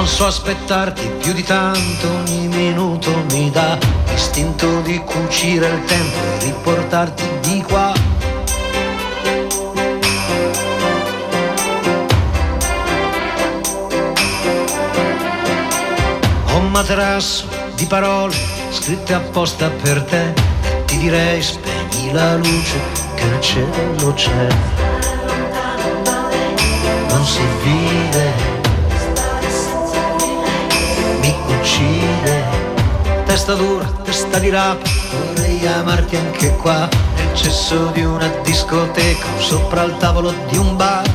Non so aspettarti più di tanto, ogni minuto mi dà l'istinto di cucire il tempo e riportarti di qua. Ho un materasso di parole scritte apposta per te e ti direi spegni la luce che nel cielo c'è. Non si vive, mi uccide, testa dura, testa di rapa, vorrei amarti anche qua, nel cesso di una discoteca, sopra il tavolo di un bar.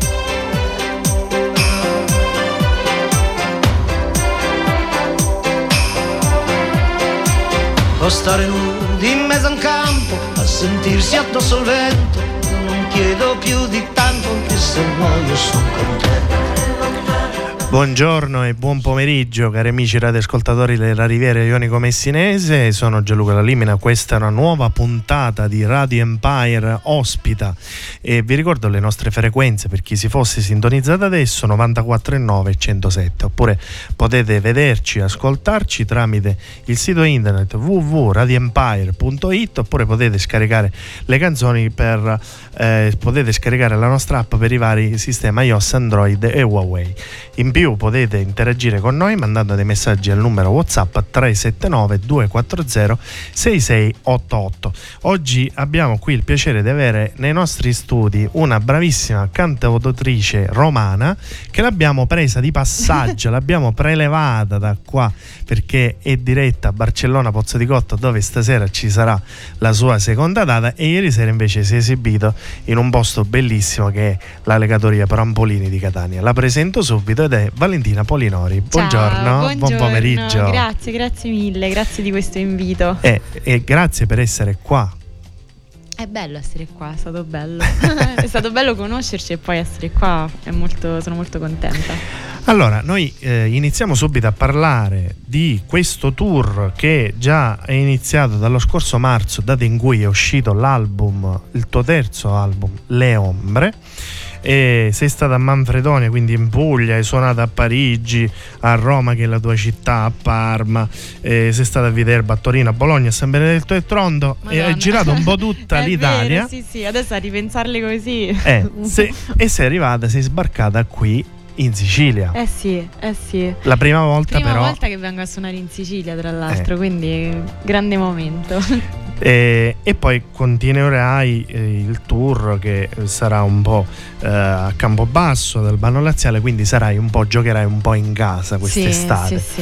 O stare nudi in mezzo a un campo, a sentirsi addosso al vento, non chiedo più di tanto, anche se muoio son contento. Buongiorno e buon pomeriggio cari amici radioascoltatori della Riviera Ionico Messinese, sono Gianluca Lalimina, questa è una nuova puntata di Radio Empire ospita e vi ricordo le nostre frequenze per chi si fosse sintonizzato adesso, 94,9 e 107, oppure potete vederci e ascoltarci tramite il sito internet www.radioempire.it, oppure potete scaricare le canzoni potete scaricare la nostra app per i vari sistemi iOS, Android e Huawei. In più potete interagire con noi mandando dei messaggi al numero WhatsApp 379 240 6688. Oggi abbiamo qui il piacere di avere nei nostri studi una bravissima cantautrice romana che l'abbiamo presa di passaggio, l'abbiamo prelevata da qua perché è diretta a Barcellona Pozzo di Cotto, dove stasera ci sarà la sua seconda data, e ieri sera invece si è esibito in un posto bellissimo che è la Legatoria Prampolini di Catania. La presento subito ed è Valentina Polinori. Buongiorno, buon pomeriggio. Grazie mille, grazie di questo invito. E grazie per essere qua. È bello essere qua, è stato bello. È stato bello conoscerci e poi essere qua, sono molto contenta. Allora, noi iniziamo subito a parlare di questo tour che già è iniziato dallo scorso marzo, data in cui è uscito l'album, il tuo terzo album, Le Ombre. E sei stata a Manfredonia, quindi in Puglia, hai suonato a Parigi, a Roma che è la tua città, a Parma, sei stata a Viterbo, a Torino, a Bologna, a San Benedetto del Tronto. Madonna. E hai girato un po' tutta l'Italia. Vero, sì, adesso a ripensarle così. E sei sbarcata qui in Sicilia. Sì. La prima volta volta che vengo a suonare in Sicilia, tra l'altro, quindi grande momento. E poi continuerai il tour che sarà un po' a Campobasso, dal Albano Laziale, quindi giocherai un po' in casa quest'estate. Sì.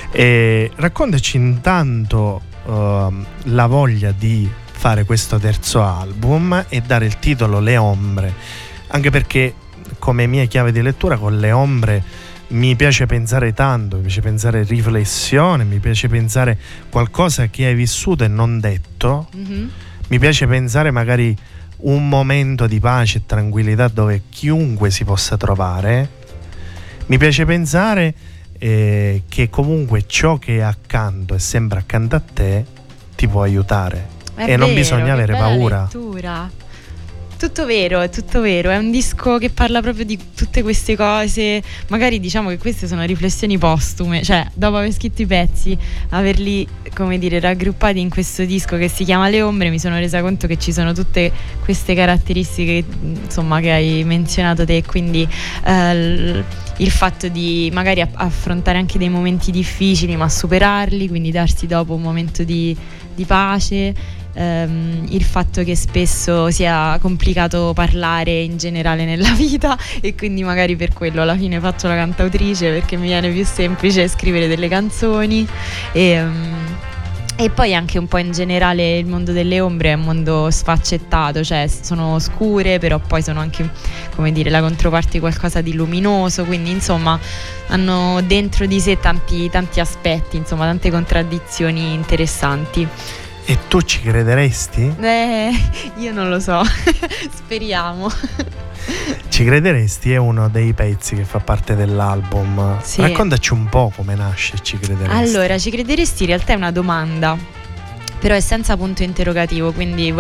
E raccontaci intanto la voglia di fare questo terzo album e dare il titolo Le Ombre, anche perché come mia chiave di lettura con Le Ombre mi piace pensare tanto, mi piace pensare riflessione, mi piace pensare qualcosa che hai vissuto e non detto. Mm-hmm. Mi piace pensare magari un momento di pace e tranquillità dove chiunque si possa trovare. Mi piace pensare che comunque ciò che è accanto e sembra accanto a te ti può aiutare. Non bisogna avere paura. Lettura. Tutto vero, è un disco che parla proprio di tutte queste cose. Magari diciamo che queste sono riflessioni postume, cioè dopo aver scritto i pezzi, averli, raggruppati in questo disco che si chiama Le Ombre, mi sono resa conto che ci sono tutte queste caratteristiche, insomma, che hai menzionato te, quindi il fatto di magari affrontare anche dei momenti difficili ma superarli, quindi darsi dopo un momento di pace. Il fatto che spesso sia complicato parlare in generale nella vita e quindi magari per quello alla fine faccio la cantautrice, perché mi viene più semplice scrivere delle canzoni. E poi anche un po' in generale il mondo delle ombre è un mondo sfaccettato, cioè sono scure però poi sono anche, la controparte di qualcosa di luminoso, quindi insomma hanno dentro di sé tanti aspetti, insomma tante contraddizioni interessanti. E tu ci crederesti? Io non lo so. Speriamo. Ci crederesti è uno dei pezzi che fa parte dell'album. Sì. Raccontaci un po' come nasce Ci crederesti. Allora, Ci crederesti in realtà è una domanda, però è senza punto interrogativo, quindi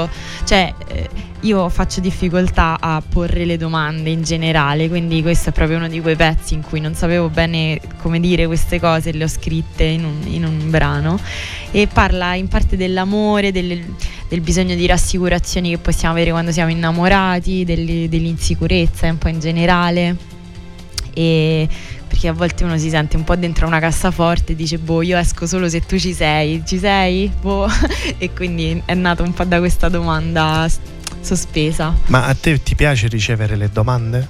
io faccio difficoltà a porre le domande in generale, quindi questo è proprio uno di quei pezzi in cui non sapevo bene come dire queste cose, le ho scritte in un brano, e parla in parte dell'amore, del bisogno di rassicurazioni che possiamo avere quando siamo innamorati, dell'insicurezza un po' in generale, e perché a volte uno si sente un po' dentro una cassaforte e dice io esco solo se tu ci sei? Boh. E quindi è nato un po' da questa domanda sospesa. Ma a te ti piace ricevere le domande?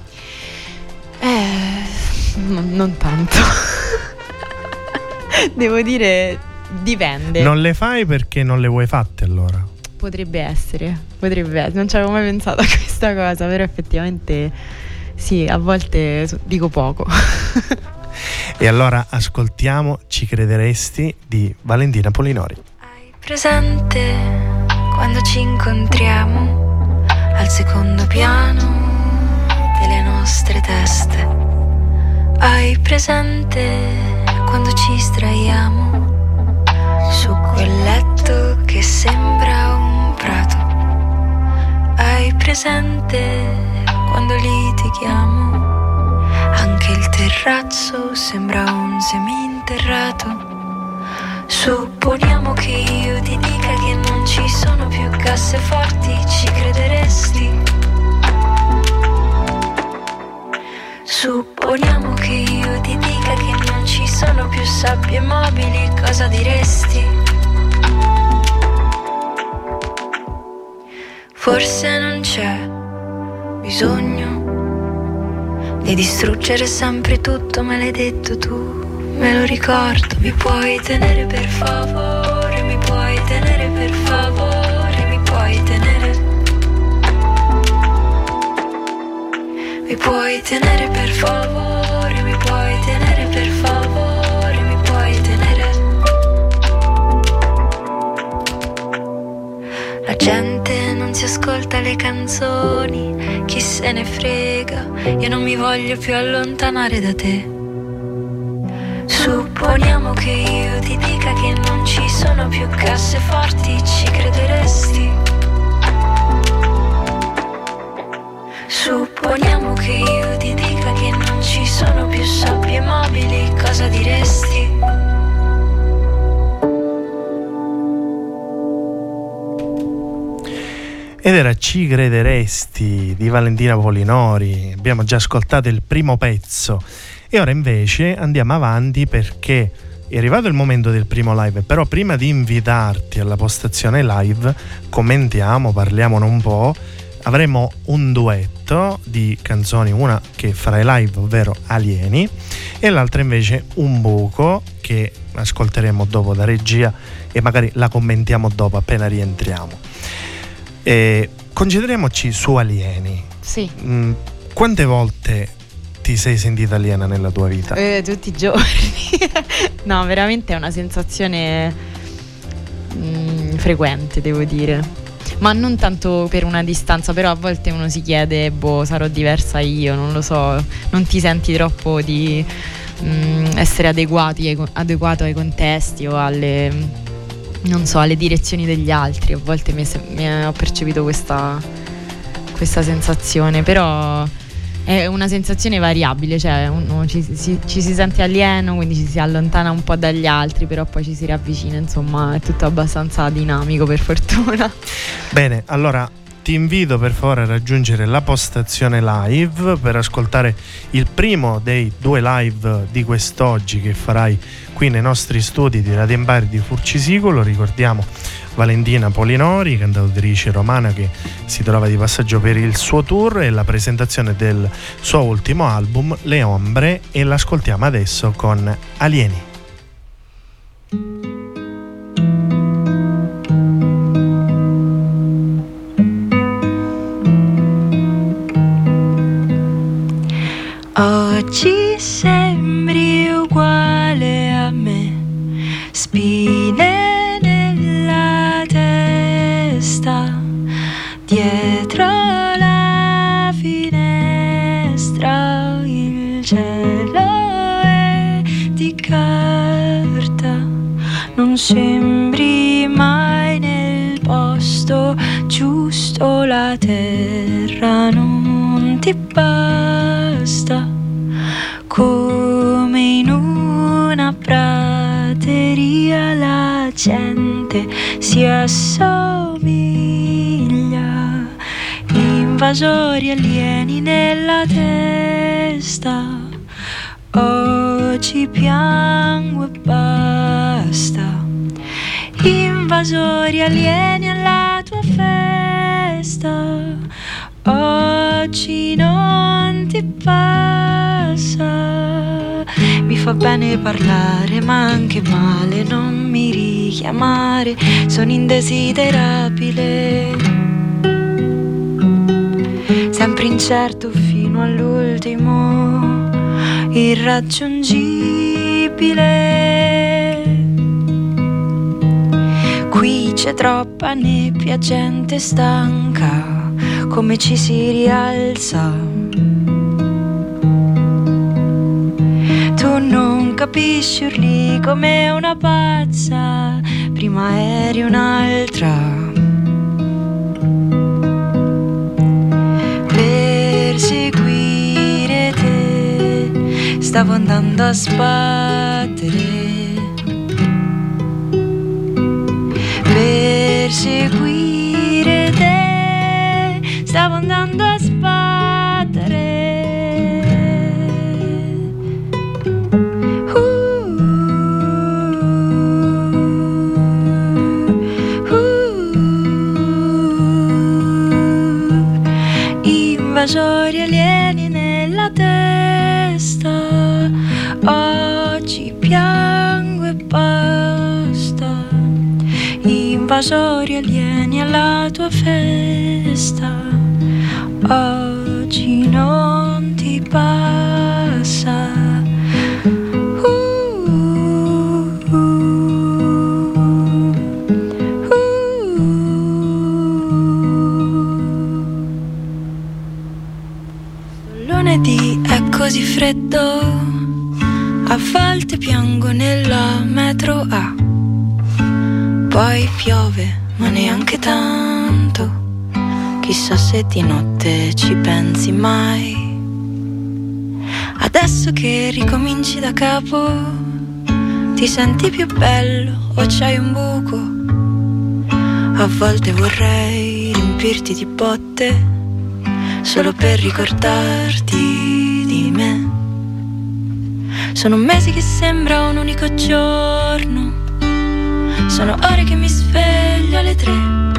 Non tanto. Devo dire, dipende. Non le fai perché non le vuoi fatte allora? Potrebbe essere, non ci avevo mai pensato a questa cosa, però effettivamente sì, a volte dico poco. E allora ascoltiamo Ci crederesti di Valentina Polinori. Hai presente quando ci incontriamo al secondo piano delle nostre teste? Hai presente quando ci sdraiamo su quel letto che sembra un prato? Hai presente quando litighiamo? Anche il terrazzo sembra un seminterrato. Supponiamo che io ti dica che non ci sono più casseforti, ci crederesti? Supponiamo che io ti dica che non ci sono più sabbie mobili, cosa diresti? Forse non c'è bisogno di distruggere sempre tutto, maledetto tu, me lo ricordo. Mi puoi tenere per favore, mi puoi tenere per favore, mi puoi tenere. Mi puoi tenere per favore, mi puoi tenere per favore, mi puoi tenere. La gente non si ascolta le canzoni, chi se ne frega, io non mi voglio più allontanare da te. Supponiamo che io ti dica che non ci sono più casseforti, ci crederesti? Supponiamo che io ti dica che non ci sono più sabbie mobili, cosa diresti? Ed era Ci crederesti di Valentina Polinori. Abbiamo già ascoltato il primo pezzo e ora invece andiamo avanti perché è arrivato il momento del primo live. Però prima di invitarti alla postazione live commentiamo, parliamone un po'. Avremo un duetto di canzoni, una che farai live, ovvero Alieni, e l'altra invece Un buco, che ascolteremo dopo da regia e magari la commentiamo dopo appena rientriamo. Concentriamoci su Alieni. Sì. Quante volte ti sei sentita aliena nella tua vita? Tutti i giorni. No, veramente è una sensazione frequente, devo dire. Ma non tanto per una distanza, però a volte uno si chiede, sarò diversa io, non lo so. Non ti senti troppo di essere adeguato ai contesti o alle direzioni degli altri. A volte ho percepito questa sensazione, però è una sensazione variabile, cioè uno ci si sente alieno, quindi ci si allontana un po' dagli altri, però poi ci si riavvicina, insomma è tutto abbastanza dinamico, per fortuna. Bene, allora ti invito per favore a raggiungere la postazione live per ascoltare il primo dei 2 live di quest'oggi che farai qui nei nostri studi di Radio Empire di Furcisicolo. Ricordiamo Valentina Polinori, cantautrice romana che si trova di passaggio per il suo tour e la presentazione del suo ultimo album Le Ombre, e l'ascoltiamo adesso con Alieni. Oggi sembri uguale a me, spine nella testa, dietro la finestra il cielo è di carta, non sembri mai mai nel posto giusto, la terra non ti basta, come in una prateria la gente si assomiglia, invasori alieni nella testa. Oggi piango e basta, invasori alieni alla tua festa. Oggi non ti passa. Mi fa bene parlare ma anche male, non mi richiamare, sono indesiderabile, sempre incerto fino all'ultimo, irraggiungibile. Qui c'è troppa nebbia, gente stanca, come ci si rialza? Tu non capisci, urli come una pazza, prima eri un'altra. Per seguire te stavo andando a sbattere, per seguire te stavo andando a sbattere. Invasori alieni nella testa, oggi piango e basta, invasori alieni alla tua festa, oggi non ti passa. Lunedì è così freddo, a volte piango nella metro A, poi piove ma neanche tanto, chissà se di notte ci pensi mai. Adesso che ricominci da capo, ti senti più bello o c'hai un buco? A volte vorrei riempirti di botte solo per ricordarti di me. Sono mesi che sembra un unico giorno, sono ore che mi sveglio alle 3,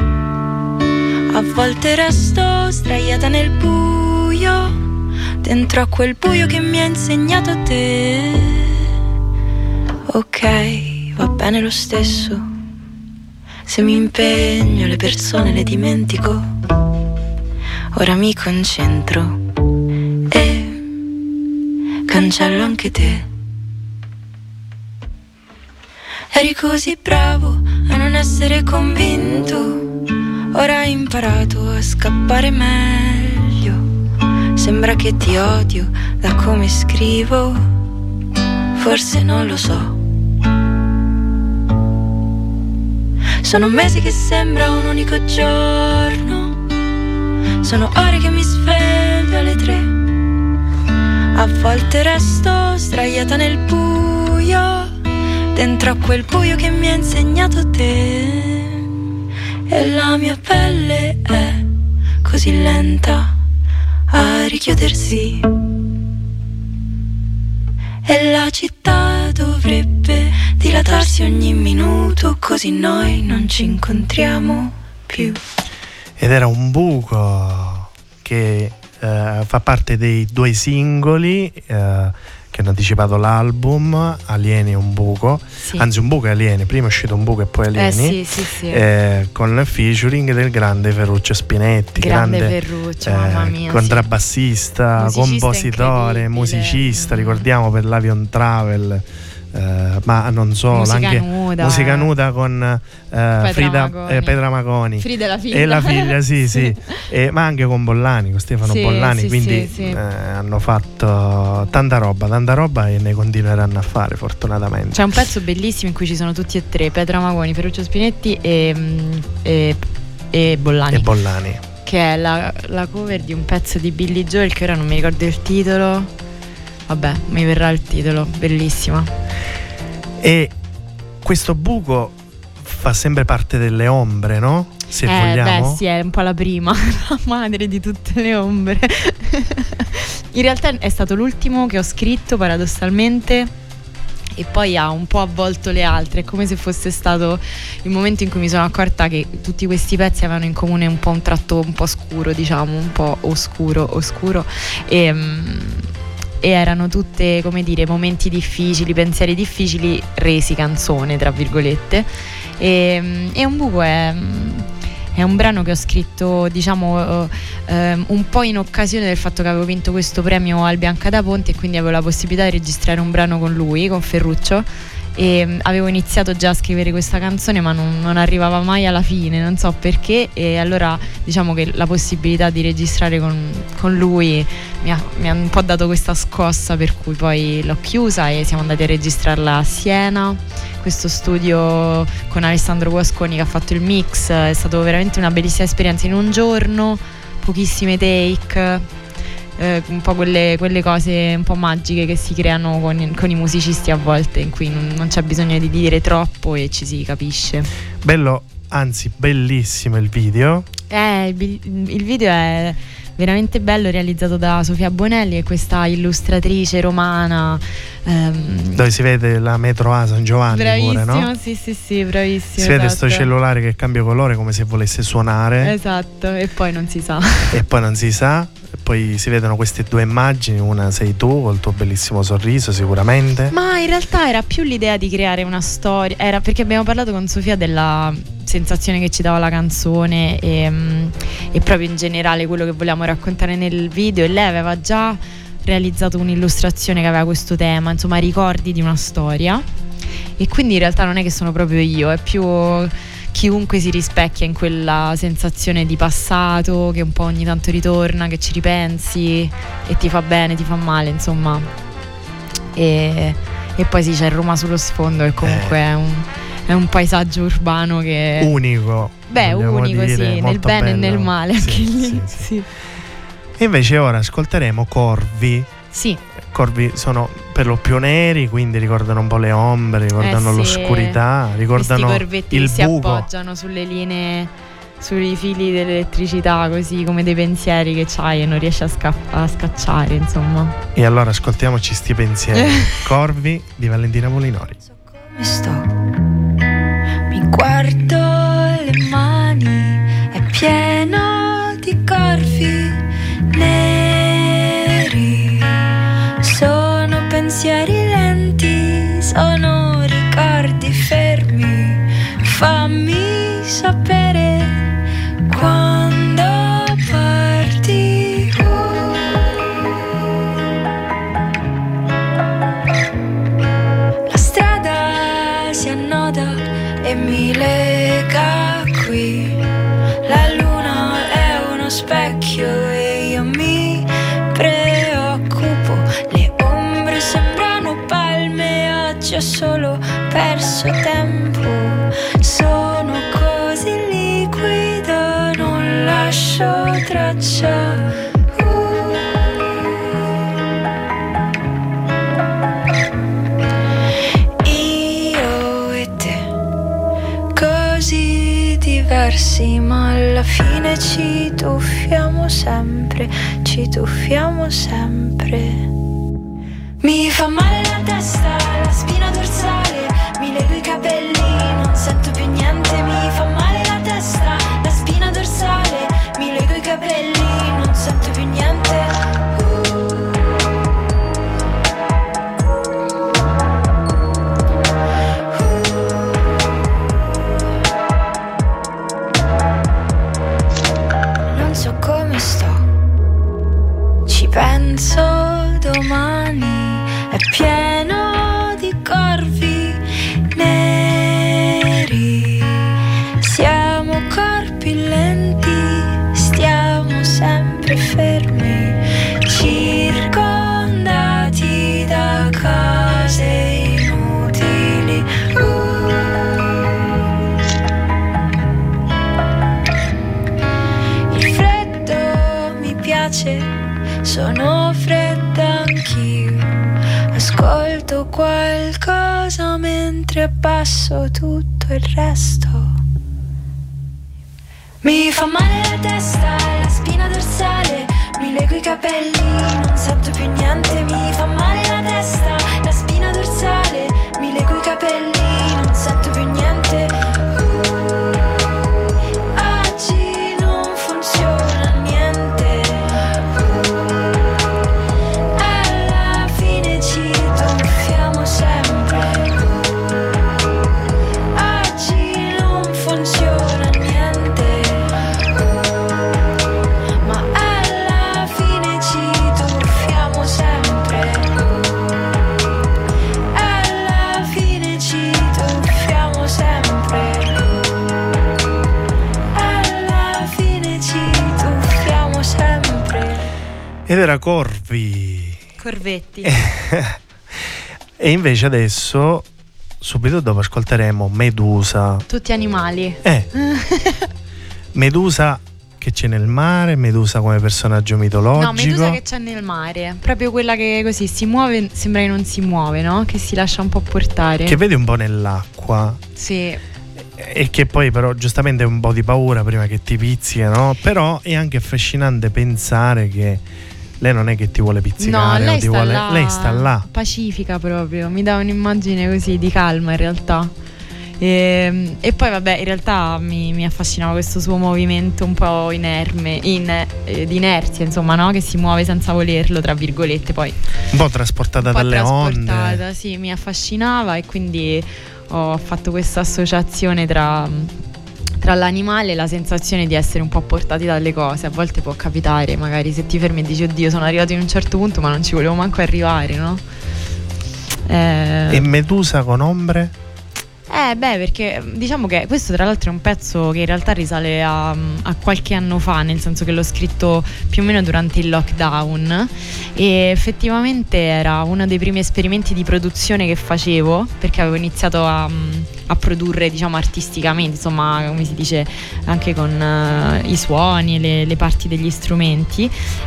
a volte resto sdraiata nel buio, dentro a quel buio che mi ha insegnato te. Ok, va bene lo stesso, se mi impegno le persone le dimentico. Ora mi concentro e cancello anche te. Eri così bravo a non essere convinto, ora hai imparato a scappare meglio. Sembra che ti odio da come scrivo, forse non lo so. Sono mesi che sembra un unico giorno, sono ore che mi sveglio alle 3, a volte resto sdraiata nel buio, dentro a quel buio che mi ha insegnato te. E la mia pelle è così lenta a richiudersi, e la città dovrebbe dilatarsi ogni minuto, così noi non ci incontriamo più. Ed era un buco che fa parte dei 2 singoli che hanno anticipato l'album. Alieni è un buco, Sì. anzi un buco e Alieni, prima è uscito un buco e poi Alieni, sì. con il featuring del grande Ferruccio Spinetti, Grande Ferruccio, mamma mia, contrabbassista, Musicista compositore, incredibile. musicista, ricordiamo per l'Avion Travel ma non solo, Musica anche nuda, musica nuda con Petra Magoni. Frida la figlia. E la figlia, sì. Ma anche con Bollani, con Stefano Bollani, quindi sì. hanno fatto tanta roba e ne continueranno a fare, fortunatamente. C'è un pezzo bellissimo in cui ci sono tutti e tre, Petra Magoni, Ferruccio Spinetti e Bollani. E Bollani. Che è la cover di un pezzo di Billy Joel, che ora non mi ricordo il titolo. Vabbè, mi verrà il titolo, bellissima. E questo buco fa sempre parte delle ombre, no? Se vogliamo. Beh, sì, è un po' la prima, la madre di tutte le ombre. In realtà è stato l'ultimo che ho scritto, paradossalmente, e poi ha un po' avvolto le altre. È come se fosse stato il momento in cui mi sono accorta che tutti questi pezzi avevano in comune un po' un tratto un po' scuro, diciamo, un po' oscuro e erano tutte, come dire, momenti difficili, pensieri difficili resi canzone, tra virgolette. E Un buco è un brano che ho scritto, diciamo, un po' in occasione del fatto che avevo vinto questo premio al Bianca da Ponte, e quindi avevo la possibilità di registrare un brano con lui, con Ferruccio, e avevo iniziato già a scrivere questa canzone, ma non arrivava mai alla fine, non so perché, e allora diciamo che la possibilità di registrare con lui mi ha un po' dato questa scossa, per cui poi l'ho chiusa e siamo andati a registrarla a Siena, questo studio con Alessandro Guasconi che ha fatto il mix. È stato veramente una bellissima esperienza, in un giorno, pochissime take, un po' quelle cose un po' magiche che si creano con i musicisti a volte, in cui non c'è bisogno di dire troppo e ci si capisce. Bello, anzi bellissimo il video. Il video è veramente bello, realizzato da Sofia Bonelli, e questa illustratrice romana, dove si vede la metro A San Giovanni. Bravissima, pure, no? Sì, bravissima. Si vede esatto. sto cellulare che cambia colore come se volesse suonare. Esatto, e poi non si sa. E poi si vedono queste due immagini, una sei tu col tuo bellissimo sorriso sicuramente. Ma in realtà era più l'idea di creare una storia, era perché abbiamo parlato con Sofia della sensazione che ci dava la canzone e proprio in generale quello che vogliamo raccontare nel video, e lei aveva già realizzato un'illustrazione che aveva questo tema, insomma, ricordi di una storia, e quindi in realtà non è che sono proprio io, è più chiunque si rispecchia in quella sensazione di passato che un po' ogni tanto ritorna, che ci ripensi e ti fa bene, ti fa male, insomma. E poi sì, c'è Roma sullo sfondo, che comunque è un paesaggio urbano che unico. Unico, dire, sì, nel bene e nel male, anche lì. Sì. E invece ora ascolteremo Corvi. Sì. Corvi sono per lo più neri, quindi ricordano un po' le ombre, ricordano l'oscurità, ricordano questi corvetti il che si buco. appoggiano sulle linee, sui fili dell'elettricità, così come dei pensieri che c'hai e non riesci a scacciare, insomma. E allora ascoltiamoci sti pensieri. Corvi di Valentina Molinori. Come sto? Mi guardo le mani, è pieno di corvi neri. Sono pensieri lenti, sono ricordi fermi. Fammi sapere quando parti. La strada si annoda e mi lega qui. La luna è uno specchio e io mi preoccupo. Le ombre sembrano palme, oggi ho solo perso tempo. Sono così liquido, non lascio traccia. Io e te, così diversi, ma alla fine ci tuffiamo sempre, ci tuffiamo sempre. Mi fa male la testa, la spina dorsale, mi lego i capelli, non sento più niente. Mi fa male la testa, la spina dorsale, mi lego i capelli, non sento più niente. Non so come sto, ci penso domani. È pieno di corvi io ascolto qualcosa mentre abbasso tutto il resto. Mi fa male la testa, la spina dorsale, mi leggo i capelli, non sento più niente. Mi fa male la testa, la spina dorsale, mi leggo i capelli, non sento più niente. Oggi non funziona niente. Alla fine ci tuffiamo sempre. Oggi non funziona niente. Ma alla fine ci tuffiamo sempre. Alla fine ci tuffiamo sempre. Alla fine ci tuffiamo sempre. Ed era Corvi. Corvetti. E invece adesso, subito dopo, ascolteremo Medusa. Tutti animali. Medusa che c'è nel mare, Medusa come personaggio mitologico. No, Medusa che c'è nel mare. Proprio quella che così si muove, sembra che non si muove, no? Che si lascia un po' portare. Che vedi un po' nell'acqua. Sì. E che poi però giustamente è un po' di paura prima che ti pizzica, no? Però è anche affascinante pensare che lei non è che ti vuole pizzicare, No, lei o ti sta vuole... là. Lei sta là. Pacifica proprio. Mi dà un'immagine così di calma in realtà. E poi vabbè, in realtà mi affascinava questo suo movimento un po' inerme, di inerzia, insomma, no? Che si muove senza volerlo, tra virgolette. Poi Un po' trasportata un po' dalle trasportata, onde. sì, mi affascinava e quindi ho fatto questa associazione tra l'animale e la sensazione di essere un po' portati dalle cose. A volte può capitare, magari se ti fermi e dici oddio, sono arrivato in un certo punto ma non ci volevo manco arrivare, no? E Medusa con ombre? Perché diciamo che questo tra l'altro è un pezzo che in realtà risale a qualche anno fa, nel senso che l'ho scritto più o meno durante il lockdown e effettivamente era uno dei primi esperimenti di produzione che facevo, perché avevo iniziato a produrre, diciamo, artisticamente, insomma, come si dice, anche con i suoni e le parti degli strumenti.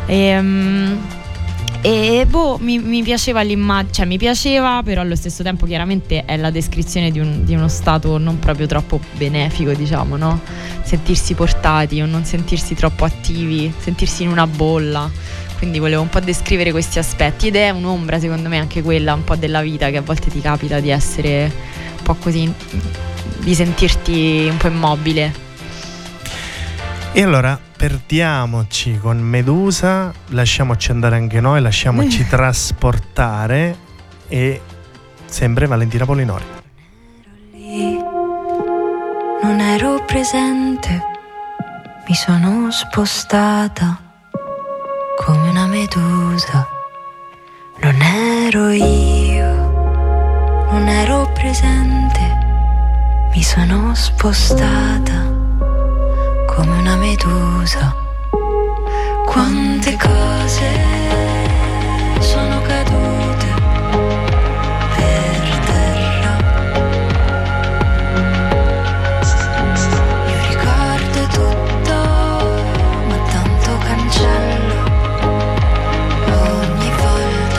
E mi piaceva l'immagine, cioè mi piaceva, però allo stesso tempo chiaramente è la descrizione di uno stato non proprio troppo benefico, diciamo, no? Sentirsi portati o non sentirsi troppo attivi, sentirsi in una bolla. Quindi volevo un po' descrivere questi aspetti ed è un'ombra, secondo me, anche quella un po' della vita, che a volte ti capita di essere un po' così, di sentirti un po' immobile. E allora perdiamoci con Medusa, lasciamoci andare anche noi, lasciamoci trasportare, e sempre Valentina Polinori. Lì non ero presente, mi sono spostata come una medusa. Non ero io, non ero presente, mi sono spostata come una medusa. Quante cose sono cadute per terra. Io ricordo tutto, ma tanto cancello ogni volta.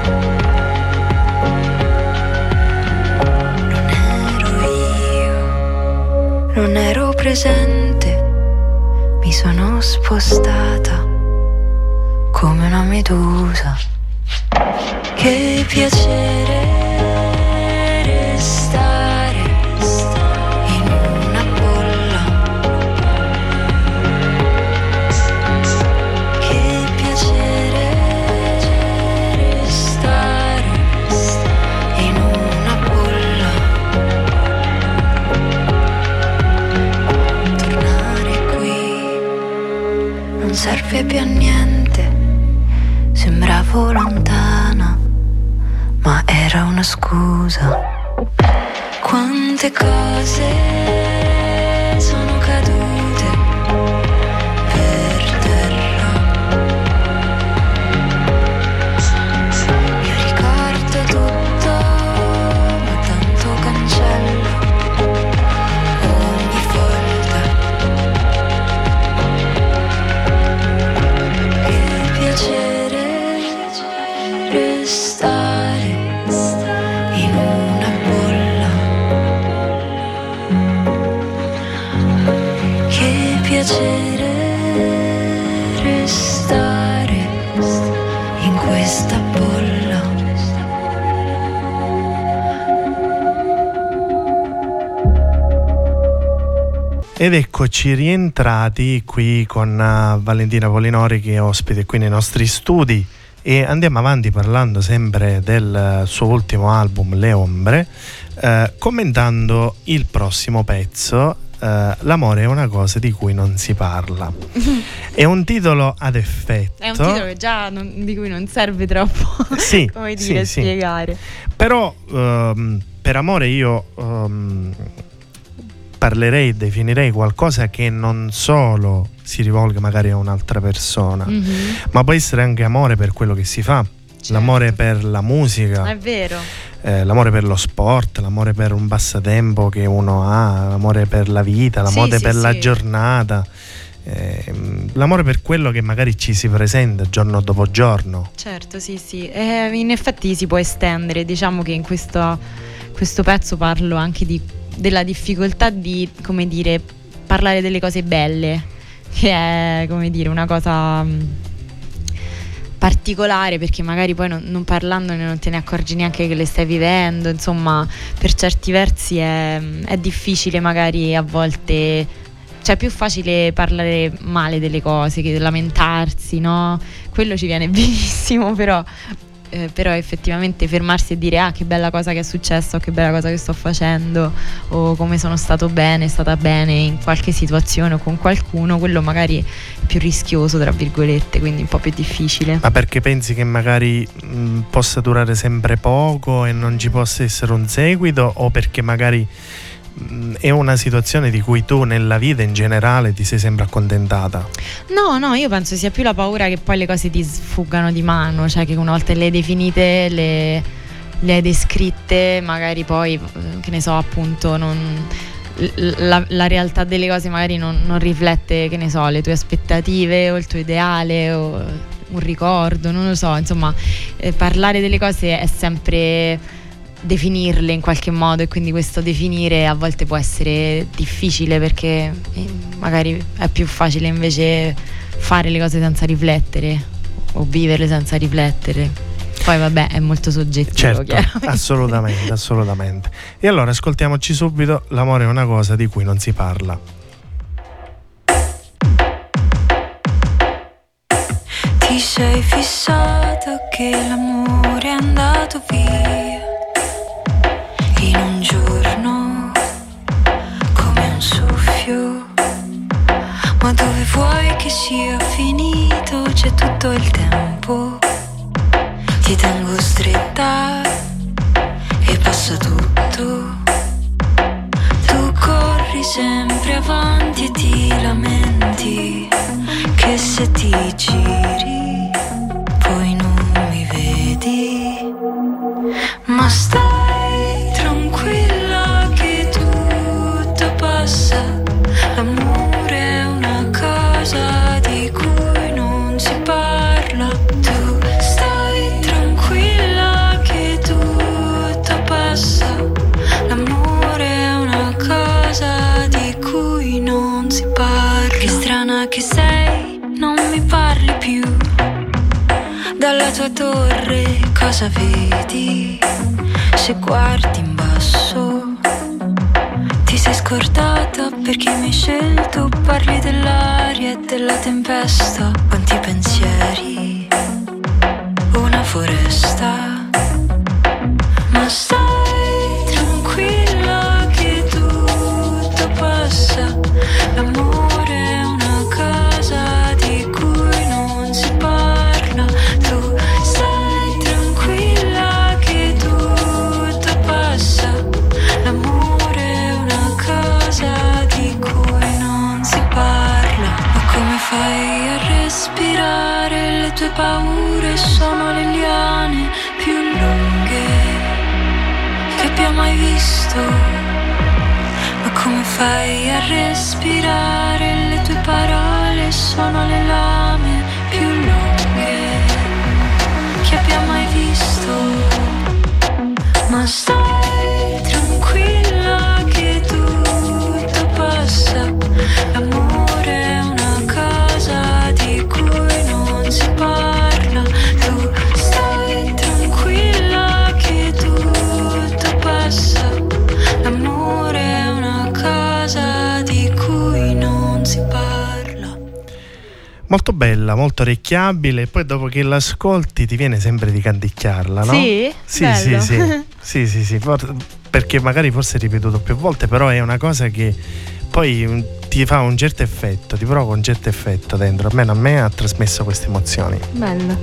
Non ero io, non ero presente, mi sono spostata come una medusa. Che piacere restare in una bolla. Che piacere restare in una bolla. Tornare qui non serve più a niente, sembravo lontana, ma era una scusa. Quante cose sono cadute per terra. Io ricordo tutto, ma tanto cancello ogni volta. Che piacere restare stare in una bolla. Che piacere restare in questa bolla. Ed eccoci rientrati qui con Valentina Polinori, che è ospite qui nei nostri studi, e andiamo avanti parlando sempre del suo ultimo album, Le Ombre, commentando il prossimo pezzo, L'amore è una cosa di cui non si parla. È un titolo ad effetto. È un titolo che già di cui non serve troppo sì, come dire, sì, spiegare. Però per amore io parlerei, definirei qualcosa che non solo si rivolga magari a un'altra persona, ma può essere anche amore per quello che si fa, certo. L'amore per la musica, è vero, l'amore per lo sport, l'amore per un passatempo che uno ha, l'amore per la vita, l'amore per la giornata, l'amore per quello che magari ci si presenta giorno dopo giorno. Certo, sì. In effetti si può estendere, diciamo che in questo pezzo parlo anche della difficoltà di, come dire, parlare delle cose belle, che è, come dire, una cosa particolare, perché magari poi non parlandone non te ne accorgi neanche che le stai vivendo, insomma, per certi versi è difficile magari a volte, cioè è più facile parlare male delle cose che lamentarsi, no? Quello ci viene benissimo, però effettivamente fermarsi e dire che bella cosa che è successo, che bella cosa che sto facendo, o come sono stata bene in qualche situazione o con qualcuno, quello magari è più rischioso, tra virgolette, quindi un po' più difficile. Ma perché pensi che magari possa durare sempre poco e non ci possa essere un seguito, o perché magari è una situazione di cui tu nella vita in generale ti sei sempre accontentata? No, io penso sia più la paura che poi le cose ti sfuggano di mano, cioè che una volta le hai definite, le hai descritte, magari poi, che ne so, appunto la realtà delle cose magari non riflette, che ne so, le tue aspettative o il tuo ideale o un ricordo, non lo so, insomma, parlare delle cose è sempre definirle in qualche modo, e quindi questo definire a volte può essere difficile, perché magari è più facile invece fare le cose senza riflettere o viverle senza riflettere. Poi vabbè, è molto soggettivo, certo, assolutamente. E allora ascoltiamoci subito L'amore è una cosa di cui non si parla. Ti sei fissato che l'amore è andato via in un giorno come un soffio, ma dove vuoi che sia finito c'è tutto il tempo. Ti tengo stretta e passa tutto. Tu corri sempre avanti e ti lamenti che se ti giri poi non mi vedi, ma stai tranquilla che tutto passa. L'amore è una cosa di cui non si parla. Tu stai tranquilla che tutto passa. L'amore è una cosa di cui non si parla. Che strana che sei, non mi parli più. Dalla tua torre cosa vedi? Se guardi in basso ti sei scordata perché mi hai scelto. Parli dell'aria e della tempesta. Quanti pensieri, una foresta. Ma stai tranquilla che tutto passa. L'amore è una cosa di cui non si parla. Tu stai tranquilla che tutto passa. L'amore è una cosa di cui non si parla. Ma come fai a respirare? Le tue paure sono le liane più lunghe che abbia mai visto. Ma come fai a respirare? Le tue parole sono le lame più lunghe che abbia mai visto. Ma stai tranquilla che tutto passa. L'amore è una casa di cui non si parla. Tu stai tranquilla che tutto passa. L'amore è una casa di cui non si parla. Molto bella, molto orecchiabile, e poi dopo che l'ascolti ti viene sempre di canticchiarla, no? Sì? Sì, Bello. sì, perché magari forse ripetuto più volte, però è una cosa che poi ti fa un certo effetto, ti provoca un certo effetto dentro. Almeno a me ha trasmesso queste emozioni. Bello.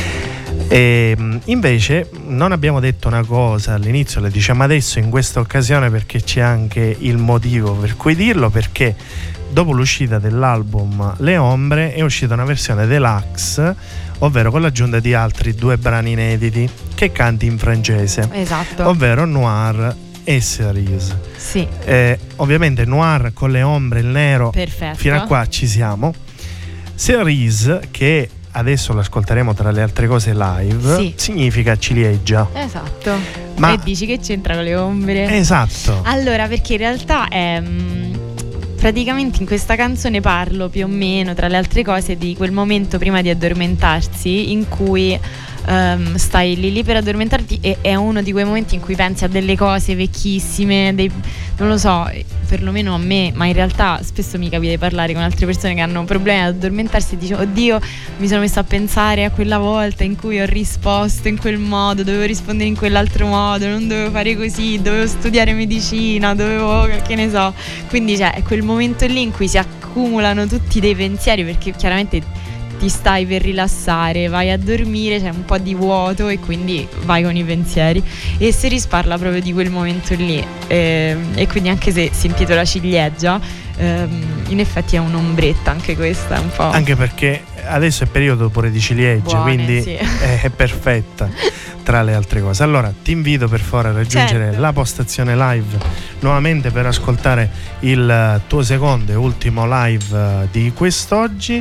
E invece non abbiamo detto una cosa all'inizio, le diciamo adesso in questa occasione, perché c'è anche il motivo per cui dirlo, perché dopo l'uscita dell'album Le Ombre è uscita una versione deluxe, ovvero con l'aggiunta di altri 2 brani inediti che canti in francese, Esatto. ovvero Noir e Cerise. Sì. Ovviamente Noir con le ombre, il nero, Perfetto. fino a qua ci siamo. Cerise, che adesso l'ascolteremo tra le altre cose live, Sì. significa ciliegia. Esatto. Ma- E dici che c'entra con le ombre? Esatto. Allora, perché in realtà è praticamente in questa canzone parlo più o meno, tra le altre cose, di quel momento prima di addormentarsi in cui stai lì per addormentarti, e è uno di quei momenti in cui pensi a delle cose vecchissime, non lo so, perlomeno a me, ma in realtà spesso mi capita di parlare con altre persone che hanno problemi ad addormentarsi e dicono: oddio, mi sono messa a pensare a quella volta in cui ho risposto in quel modo, dovevo rispondere in quell'altro modo, non dovevo fare così, dovevo studiare medicina, dovevo, che ne so. Quindi è quel momento lì in cui si accumulano tutti dei pensieri, perché chiaramente ti stai per rilassare, vai a dormire, c'è un po' di vuoto e quindi vai con i pensieri, e si risparla proprio di quel momento lì, e quindi anche se si intitola ciliegia, in effetti è un'ombretta anche questa, un po', Anche perché adesso è periodo pure di ciliegie, Buone, quindi sì. è perfetta tra le altre cose. Allora ti invito per favore a raggiungere Certo. la postazione live nuovamente per ascoltare il tuo secondo e ultimo live di quest'oggi,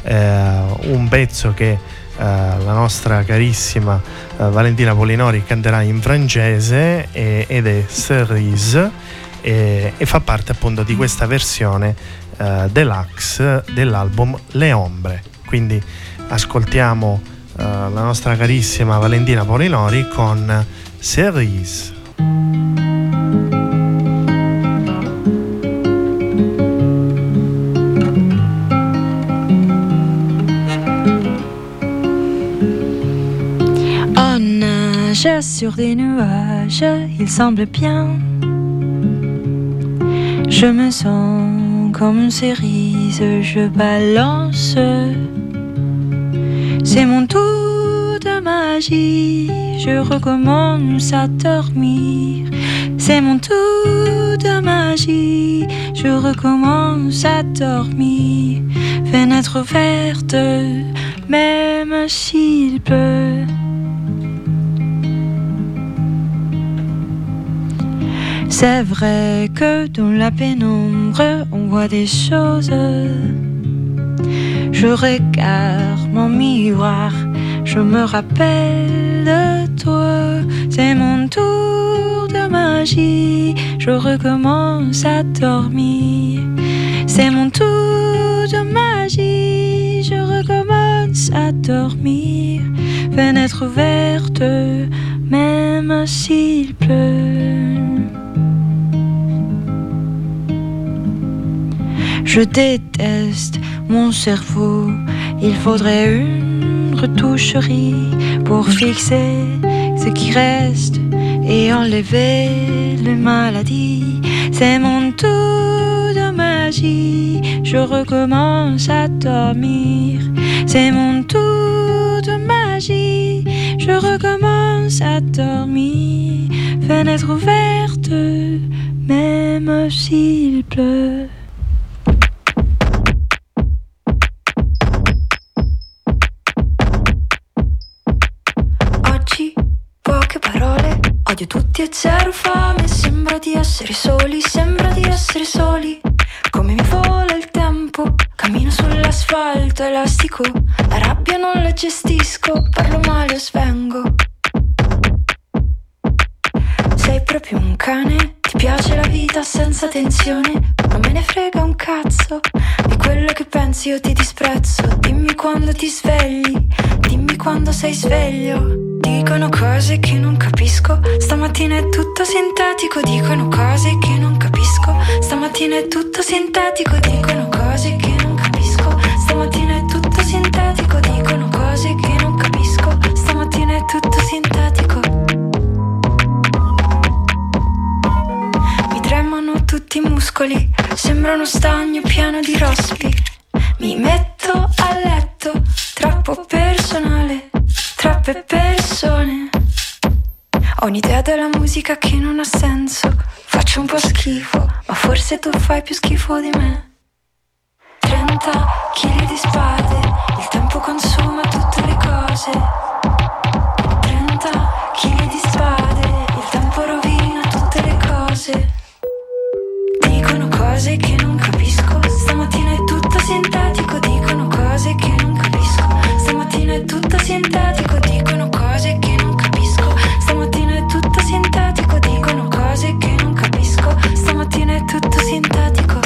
un pezzo che la nostra carissima Valentina Polinori canterà in francese, ed è Cerise, e fa parte appunto di questa versione deluxe dell'album Le Ombre. Quindi ascoltiamo la nostra carissima Valentina Polinori con Cerise. On nage sur des nuages, il semble bien. Je me sens comme une cerise, je balance. C'est mon tour de magie, je recommence à dormir. C'est mon tour de magie, je recommence à dormir. Fenêtre ouverte, même s'il pleut. C'est vrai que dans la pénombre, on voit des choses. Je regarde mon miroir, je me rappelle de toi. C'est mon tour de magie, je recommence à dormir. C'est mon tour de magie, je recommence à dormir. Fenêtre ouverte, même s'il pleut. Je déteste mon cerveau, il faudrait une retoucherie pour fixer ce qui reste et enlever les maladies. C'est mon tour de magie, je recommence à dormir. C'est mon tour de magie, je recommence à dormir. Fenêtre ouverte, même s'il pleut. Odio tutti e zero fame, sembra di essere soli, sembra di essere soli. Come mi vola il tempo, cammino sull'asfalto elastico. La rabbia non la gestisco, parlo male o svengo. proprio un cane, ti piace la vita senza tensione, non me ne frega un cazzo di quello che pensi, io ti disprezzo. Dimmi quando ti svegli, dimmi quando sei sveglio. Dicono cose che non capisco, stamattina è tutto sintetico. Dicono cose che non capisco, stamattina è tutto sintetico. Dicono cose che non capisco, stamattina è tutto sintetico. Dicono cose che non capisco, stamattina è tutto sintetico. Mi tremano tutti i muscoli, sembra uno stagno pieno di rospi. Mi metto a letto, troppo personale, troppe persone. Ho un'idea della musica che non ha senso, faccio un po' schifo, ma forse tu fai più schifo di me. 30 chili di spade, il tempo consuma tutte le cose. 30 chili di spade, il tempo rovina tutte le cose. Dicono cose che non capisco, stamattina è tutto sintetico. Dicono cose che non capisco, stamattina è tutto sintetico. Dicono cose che non capisco, stamattina è tutto sintetico. Dicono cose che non capisco, stamattina è tutto sintetico.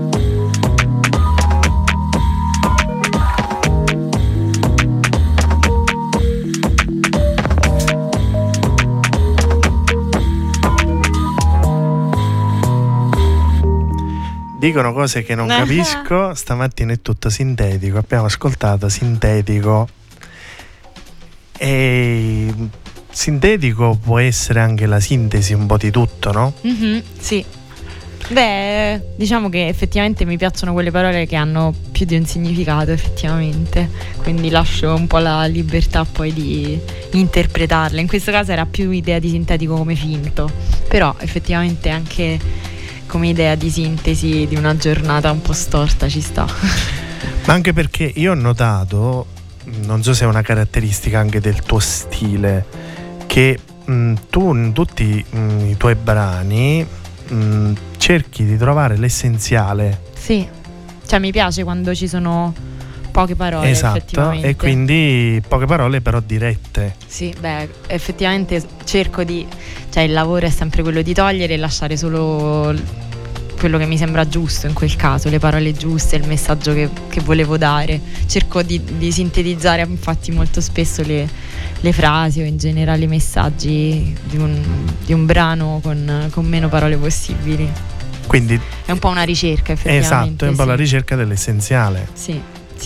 Dicono cose che non capisco, stamattina è tutto sintetico. Abbiamo ascoltato Sintetico. E sintetico può essere anche la sintesi un po' di tutto, no? Mm-hmm, sì. Beh, diciamo che effettivamente mi piacciono quelle parole che hanno più di un significato, effettivamente. Quindi lascio un po' la libertà poi di interpretarle. In questo caso era più idea di sintetico come finto, però effettivamente anche come idea di sintesi di una giornata un po' storta ci sta. Ma anche perché io ho notato, non so se è una caratteristica anche del tuo stile, che tu in tutti i tuoi brani cerchi di trovare l'essenziale. Sì, cioè mi piace quando ci sono poche parole. Esatto, effettivamente. e quindi poche parole però dirette. Sì, beh, effettivamente cerco di, cioè il lavoro è sempre quello di togliere e lasciare solo quello che mi sembra giusto in quel caso, le parole giuste, il messaggio che volevo dare. Cerco di sintetizzare infatti molto spesso le frasi o in generale i messaggi di un brano con meno parole possibili. Quindi è un po' una ricerca, effettivamente. Esatto, è un po' la ricerca dell'essenziale. Sì.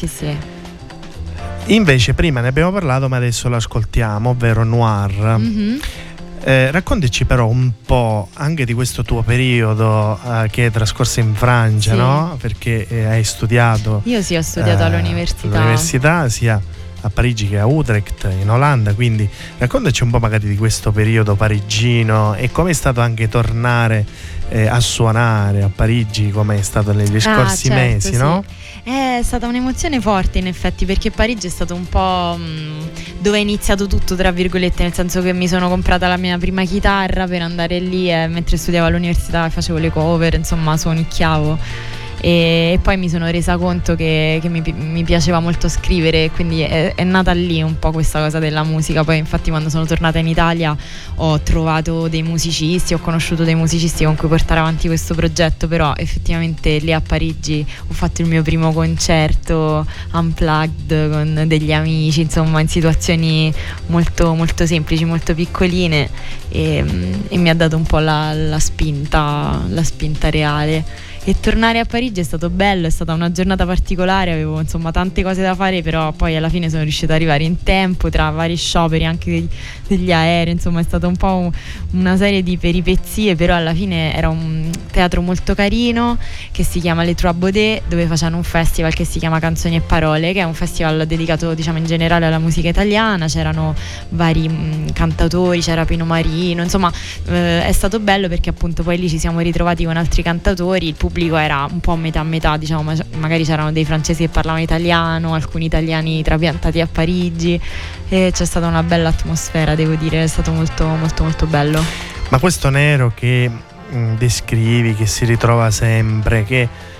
Invece prima ne abbiamo parlato, ma adesso l'ascoltiamo, ovvero Noir. Mm-hmm. Raccontaci però un po' anche di questo tuo periodo che è trascorso in Francia, sì. No? Perché hai studiato. Io sì, ho studiato all'università sia a Parigi che a Utrecht in Olanda, quindi raccontaci un po' magari di questo periodo parigino e com'è stato anche tornare a suonare a Parigi, come è stato negli scorsi certo, mesi, sì. no? È stata un'emozione forte in effetti, perché Parigi è stato un po' dove è iniziato tutto, tra virgolette, nel senso che mi sono comprata la mia prima chitarra per andare lì e mentre studiavo all'università facevo le cover, insomma suonicchiavo. E poi mi sono resa conto che mi piaceva molto scrivere, quindi è nata lì un po' questa cosa della musica. Poi infatti quando sono tornata in Italia ho trovato dei musicisti, ho conosciuto dei musicisti con cui portare avanti questo progetto, però effettivamente lì a Parigi ho fatto il mio primo concerto unplugged con degli amici, insomma in situazioni molto, molto semplici, molto piccoline, e mi ha dato un po' la spinta reale. E tornare a Parigi è stato bello, è stata una giornata particolare, avevo insomma tante cose da fare, però poi alla fine sono riuscita ad arrivare in tempo tra vari scioperi anche degli aerei, insomma è stata un po' una serie di peripezie, però alla fine era un teatro molto carino che si chiama Les Trois Baudets, dove facevano un festival che si chiama Canzoni e Parole, che è un festival dedicato diciamo in generale alla musica italiana. C'erano vari cantatori, c'era Pino Marino, insomma è stato bello perché appunto poi lì ci siamo ritrovati con altri cantatori, il pubblico era un po' metà metà, diciamo, magari c'erano dei francesi che parlavano italiano, alcuni italiani trapiantati a Parigi, e c'è stata una bella atmosfera, devo dire, è stato molto molto molto bello. Ma questo nero che descrivi, che si ritrova sempre, che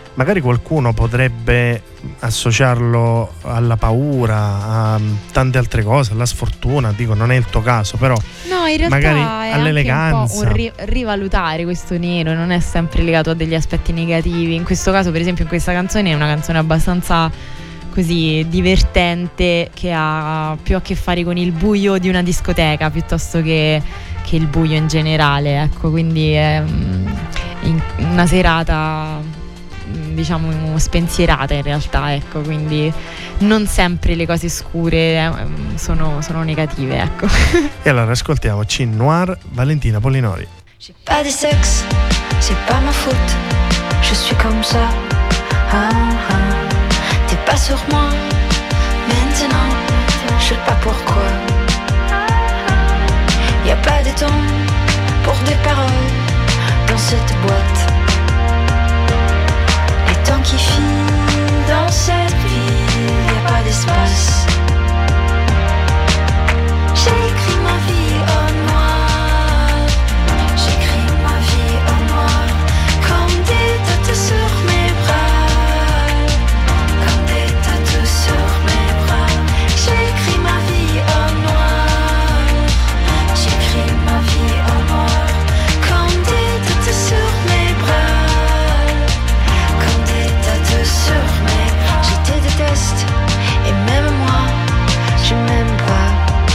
magari qualcuno potrebbe associarlo alla paura, a tante altre cose, alla sfortuna, dico non è il tuo caso, però no, in realtà magari è all'eleganza. anche un po' un rivalutare questo nero, non è sempre legato a degli aspetti negativi. In questo caso, per esempio, in questa canzone è una canzone abbastanza così divertente, che ha più a che fare con il buio di una discoteca piuttosto che il buio in generale, ecco, quindi è una serata, diciamo, spensierata in realtà, ecco, quindi non sempre le cose scure sono negative, ecco. E allora ascoltiamo C Noir, Valentina Polinori. J'ai pas de sexe, c'est pas ma faute, je suis comme ça. Ah, ah. T'es pas sur moi, maintenant, je sais pas pourquoi. Y a pas de temps pour des paroles dans cette boîte. Les temps qui filent dans cette ville, y a pas d'espace. J'ai écrit ma vie au noir. J'écris ma vie au noir, comme des tatous sur mes bras, comme des tatous sur mes bras. J'écris ma vie au noir. J'écris ma vie au noir, comme des tatous sur mes bras, comme des tatous sur mes bras. Je te déteste et même moi, je m'aime pas.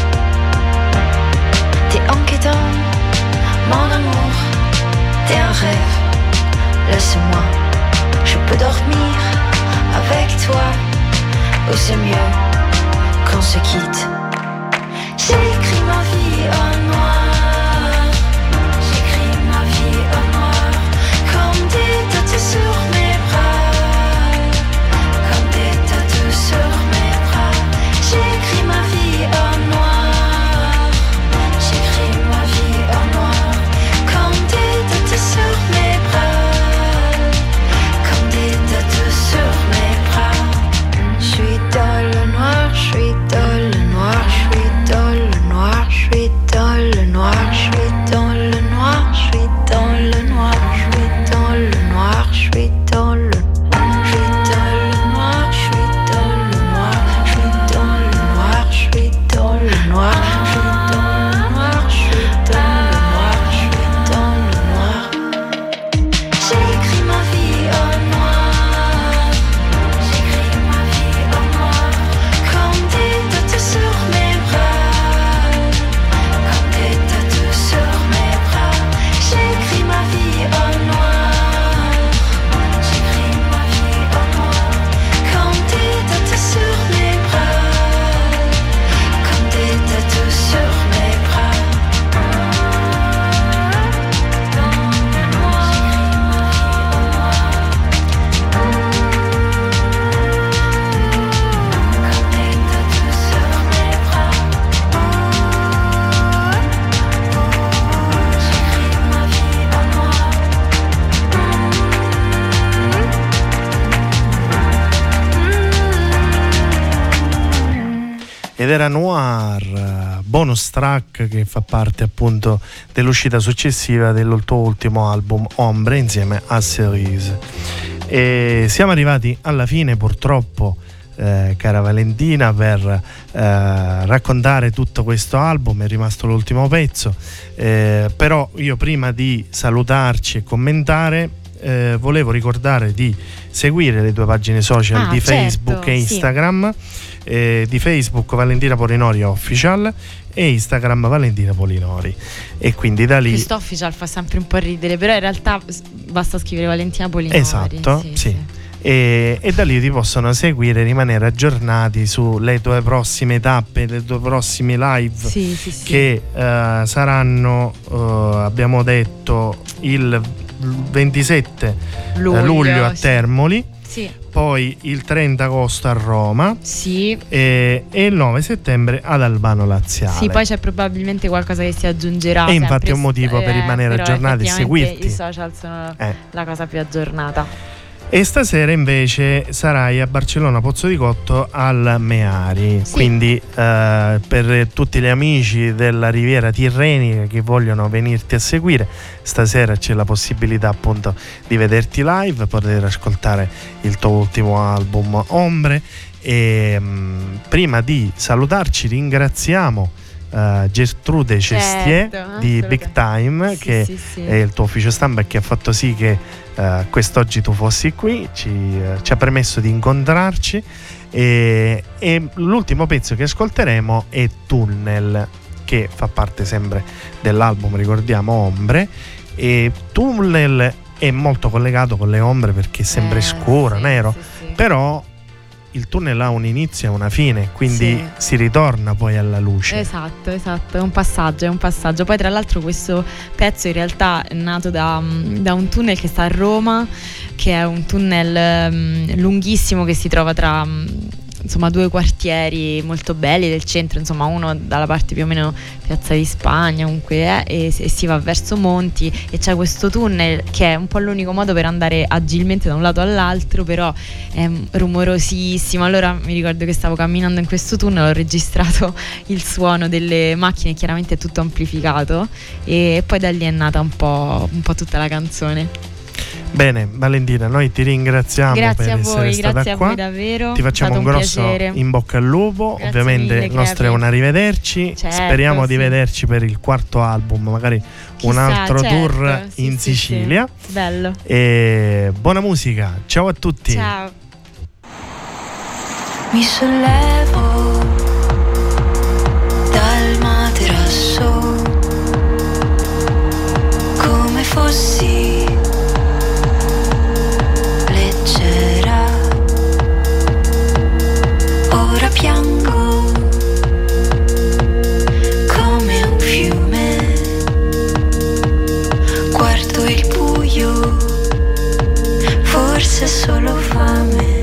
T'es inquiétant, mon amour, t'es un rêve. Laisse-moi, je peux dormir avec toi, ou c'est mieux qu'on se quitte. J'ai écrit ma vie au noir. J'écris ma vie au noir, comme des tatous sur mes bras, comme des tatous sur mes bras. J'écris ma vie au noir. J'écris ma vie au noir, comme des tatous sur mes bras, comme des tatous sur mes bras. Je suis dans le noir, je suis dans le noir, je suis dans le noir, je suis dans le noir, je suis dans le noir, je suis dans le noir, je suis dans le noir, je suis dans le noir, je suis dans le noir, je suis dans le noir, je suis dans le noir, je suis dans le noir, je suis dans le noir, je suis dans le noir. J'ai écrit ma vie au noir. J'écris ma vie au noir, comme des tatous sur mes bras, comme des tatous sur mes bras. J'écris ma vie au noir. J'écris ma vie au noir, comme des tatous sur mes bras, comme des tatous sur mes bras. Ed era Noir, bonus track che fa parte appunto dell'uscita successiva del tuo ultimo album Ombre insieme a Cerise. E siamo arrivati alla fine purtroppo, cara Valentina, per raccontare tutto questo album. È rimasto l'ultimo pezzo, però io prima di salutarci e commentare volevo ricordare di seguire le tue pagine social di Facebook, certo, e Instagram. Di Facebook Valentina Polinori Official e Instagram Valentina Polinori, e quindi da lì questo official fa sempre un po' ridere, però in realtà basta scrivere Valentina Polinori. Esatto, sì. E da lì ti possono seguire e rimanere aggiornati sulle tue prossime tappe, le tue prossime live, che saranno, abbiamo detto, il 27 luglio a Termoli, poi il 30 agosto a Roma, e il 9 settembre ad Albano Laziale. Sì, poi c'è probabilmente qualcosa che si aggiungerà. E infatti è un motivo per rimanere aggiornati e seguirti. I social sono la cosa più aggiornata. E stasera invece sarai a Barcellona Pozzo di Cotto al Meari, Sì. quindi per tutti gli amici della Riviera Tirrenica che vogliono venirti a seguire, stasera c'è la possibilità appunto di vederti live, poter ascoltare il tuo ultimo album Ombre. E prima di salutarci ringraziamo Gertrude Cestier di Big Time, che è il tuo ufficio stampa e che ha fatto sì che quest'oggi tu fossi qui, ci ha permesso di incontrarci, e l'ultimo pezzo che ascolteremo è Tunnel, che fa parte sempre dell'album, ricordiamo, Ombre, e Tunnel è molto collegato con le ombre perché è sempre scuro, nero, però il tunnel ha un inizio e una fine, quindi si ritorna poi alla luce. Esatto, è un passaggio. Poi tra l'altro questo pezzo in realtà è nato da un tunnel che sta a Roma, che è un tunnel lunghissimo che si trova tra insomma due quartieri molto belli del centro, insomma uno dalla parte più o meno Piazza di Spagna comunque e si va verso Monti, e c'è questo tunnel che è un po' l'unico modo per andare agilmente da un lato all'altro, però è rumorosissimo. Allora mi ricordo che stavo camminando in questo tunnel, ho registrato il suono delle macchine, chiaramente tutto amplificato, e poi da lì è nata un po' tutta la canzone. Bene, Valentina, noi ti ringraziamo grazie per essere stata grazie qua. A voi davvero. Ti facciamo un grosso piacere. In bocca al lupo. Grazie ovviamente mille, il nostro è un arrivederci. Certo, speriamo di vederci per il quarto album, magari un altro tour in Sicilia. Sì. Bello. E buona musica, ciao a tutti. Ciao. Mi sollevo dal materasso come fossi leggera, ora piango come un fiume, guardo il buio, forse solo fame.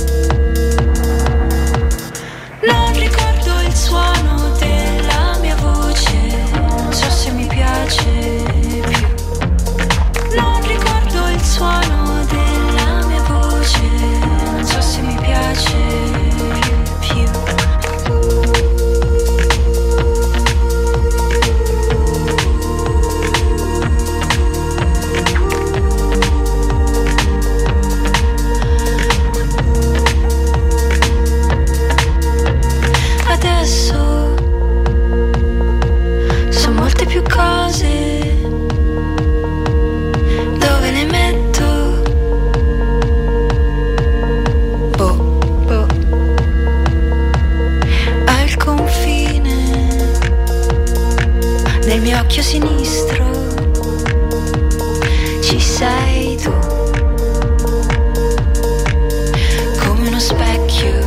Non ricordo il suono della mia voce, non so se mi piace più. Non ricordo il suono della mia voce, non so se mi piace più. Adesso sono molte più cose, dove le metto? Boh. Al confine nel mio occhio sinistro ci sei tu, come uno specchio.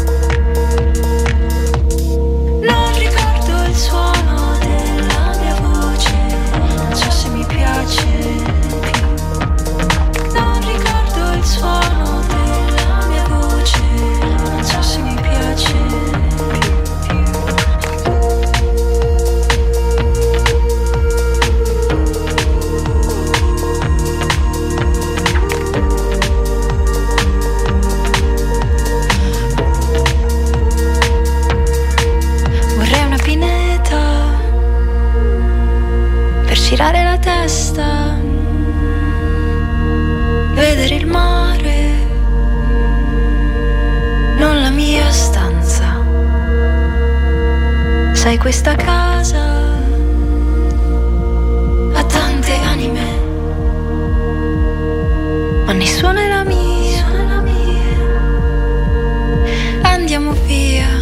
Non ricordo il suono della mia voce, non so se mi piace più. Non ricordo il suono della mia voce, non so se mi piace più. Vorrei una pineta per girare la testa, vedere il mare, non la mia stanza. Sai, questa casa ha tante anime, ma nessuna è la mia. Andiamo via.